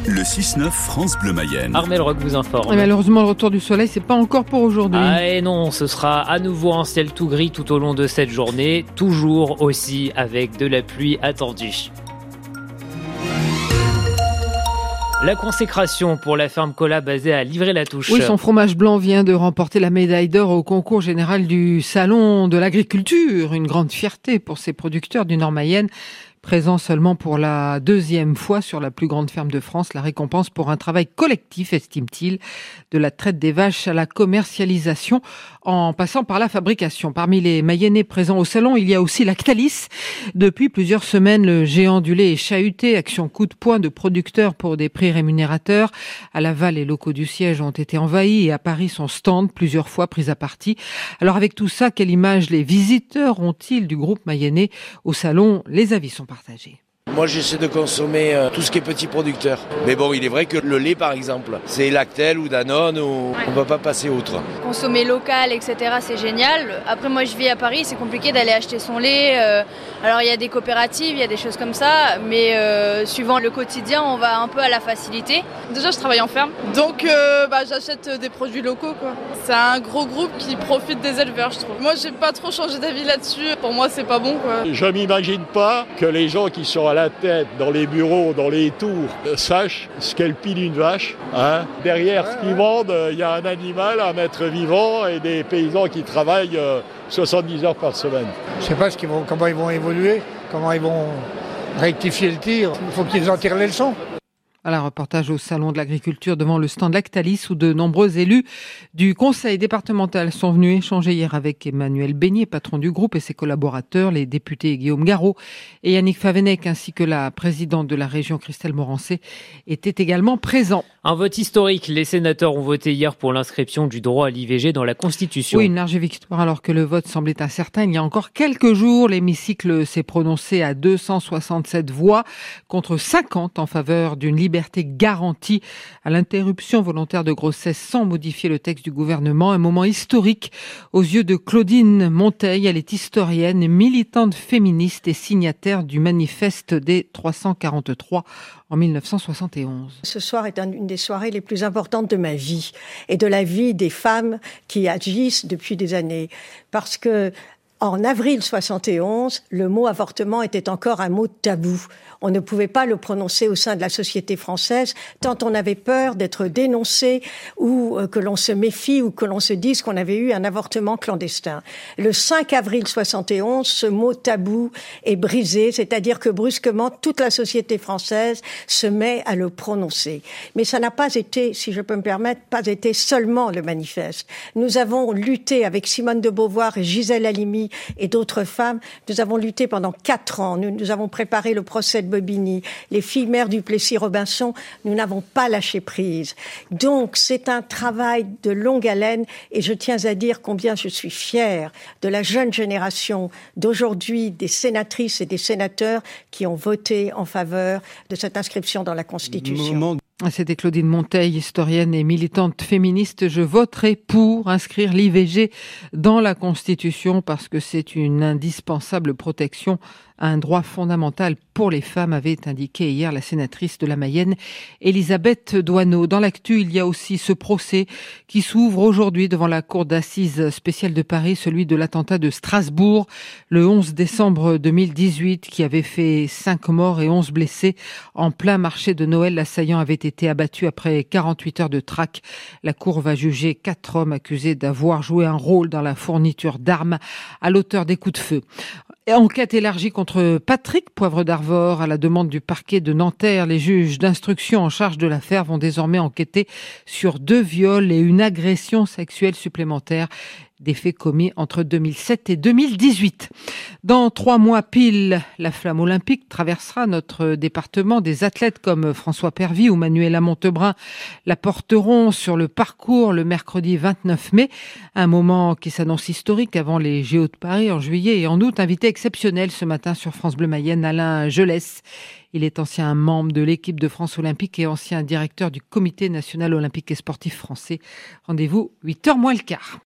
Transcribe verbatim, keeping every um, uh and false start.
Le six neuf France Bleu Mayenne. Armel Rock vous informe. Et malheureusement, le retour du soleil, c'est pas encore pour aujourd'hui. Ah et non, ce sera à nouveau un ciel tout gris tout au long de cette journée, toujours aussi avec de la pluie attendue. La consécration pour la ferme Cola basée à Livry-la-Touche. Oui, son fromage blanc vient de remporter la médaille d'or au concours général du Salon de l'agriculture. Une grande fierté pour ces producteurs du Nord-Mayenne. Présent seulement pour la deuxième fois sur la plus grande ferme de France, la récompense pour un travail collectif, estime-t-il, de la traite des vaches à la commercialisation en passant par la fabrication. Parmi les Mayennais présents au salon, il y a aussi Lactalis. Depuis plusieurs semaines, le géant du lait est chahuté. Action coup de poing de producteurs pour des prix rémunérateurs. À Laval, les locaux du siège ont été envahis et à Paris, son stand plusieurs fois pris à partie. Alors avec tout ça, quelle image les visiteurs ont-ils du groupe mayennais au salon? Les avis sont partagés. Moi, j'essaie de consommer euh, tout ce qui est petit producteur. Mais bon, il est vrai que le lait, par exemple, c'est Lactel ou Danone, ou on ne va pas passer outre. Consommer local, et cetera, c'est génial. Après, moi, je vis à Paris, c'est compliqué d'aller acheter son lait. Euh, alors, il y a des coopératives, il y a des choses comme ça, mais euh, suivant le quotidien, on va un peu à la facilité. Déjà, je travaille en ferme, donc euh, bah, j'achète des produits locaux, quoi. C'est un gros groupe qui profite des éleveurs, je trouve. Moi, j'ai pas trop changé d'avis là-dessus. Pour moi, c'est pas bon, quoi. Je m'imagine pas que les gens qui sont à la tête, dans les bureaux, dans les tours, sachent ce qu'est le pied d'une vache. Hein. Derrière ce qu'ils vendent, il y a un animal, un être vivant et des paysans qui travaillent euh, soixante-dix heures par semaine. Je ne sais pas ce qu'ils vont, comment ils vont évoluer, comment ils vont rectifier le tir. Il faut qu'ils en tirent les leçons. Voilà, reportage au Salon de l'Agriculture devant le stand Lactalis où de nombreux élus du conseil départemental sont venus échanger hier avec Emmanuel Beignet, patron du groupe, et ses collaborateurs, les députés Guillaume Garot et Yannick Favennec, ainsi que la présidente de la région Christelle Morancé, étaient également présents. Un vote historique. Les sénateurs ont voté hier pour l'inscription du droit à l'I V G dans la Constitution. Oui, une large victoire alors que le vote semblait incertain. Il y a encore quelques jours, l'hémicycle s'est prononcé à deux cent soixante-sept voix contre cinquante en faveur d'une liberté garantie à l'interruption volontaire de grossesse sans modifier le texte du gouvernement. Un moment historique aux yeux de Claudine Monteil. Elle est historienne, militante féministe et signataire du manifeste des trois cent quarante-trois en mille neuf cent soixante et onze. Ce soir est une des soirées les plus importantes de ma vie et de la vie des femmes qui agissent depuis des années. Parce que en avril soixante et onze, le mot avortement était encore un mot tabou. On ne pouvait pas le prononcer au sein de la société française tant on avait peur d'être dénoncé ou que l'on se méfie ou que l'on se dise qu'on avait eu un avortement clandestin. Le cinq avril soixante et onze, ce mot tabou est brisé, c'est-à-dire que brusquement, toute la société française se met à le prononcer. Mais ça n'a pas été, si je peux me permettre, pas été seulement le manifeste. Nous avons lutté avec Simone de Beauvoir et Gisèle Halimi et d'autres femmes. Nous avons lutté pendant quatre ans. Nous, nous avons préparé le procès de Bobigny, les filles mères du Plessis-Robinson. Nous n'avons pas lâché prise. Donc, c'est un travail de longue haleine et je tiens à dire combien je suis fière de la jeune génération d'aujourd'hui, des sénatrices et des sénateurs qui ont voté en faveur de cette inscription dans la Constitution. Moment. C'était Claudine Monteil, historienne et militante féministe. Je voterai pour inscrire l'I V G dans la Constitution parce que c'est une indispensable protection à un droit fondamental pour les femmes, avait indiqué hier la sénatrice de la Mayenne, Elisabeth Doineau. Dans l'actu, il y a aussi ce procès qui s'ouvre aujourd'hui devant la cour d'assises spéciale de Paris, celui de l'attentat de Strasbourg, le onze décembre deux mille dix-huit, qui avait fait cinq morts et onze blessés. En plein marché de Noël, l'assaillant avait été abattu après quarante-huit heures de traque. La cour va juger quatre hommes accusés d'avoir joué un rôle dans la fourniture d'armes à l'auteur des coups de feu. Enquête élargie contre Patrick Poivre d'Arvor à la demande du parquet de Nanterre. Les juges d'instruction en charge de l'affaire vont désormais enquêter sur deux viols et une agression sexuelle supplémentaire. Des faits commis entre deux mille sept et deux mille dix-huit. Dans trois mois pile, la flamme olympique traversera notre département. Des athlètes comme François Pervy ou Manuela Montebrun la porteront sur le parcours le mercredi vingt-neuf mai. Un moment qui s'annonce historique avant les J O de Paris en juillet et en août. Invité exceptionnel ce matin sur France Bleu Mayenne, Alain Gelès. Il est ancien membre de l'équipe de France olympique et ancien directeur du Comité national olympique et sportif français. Rendez-vous huit heures moins le quart.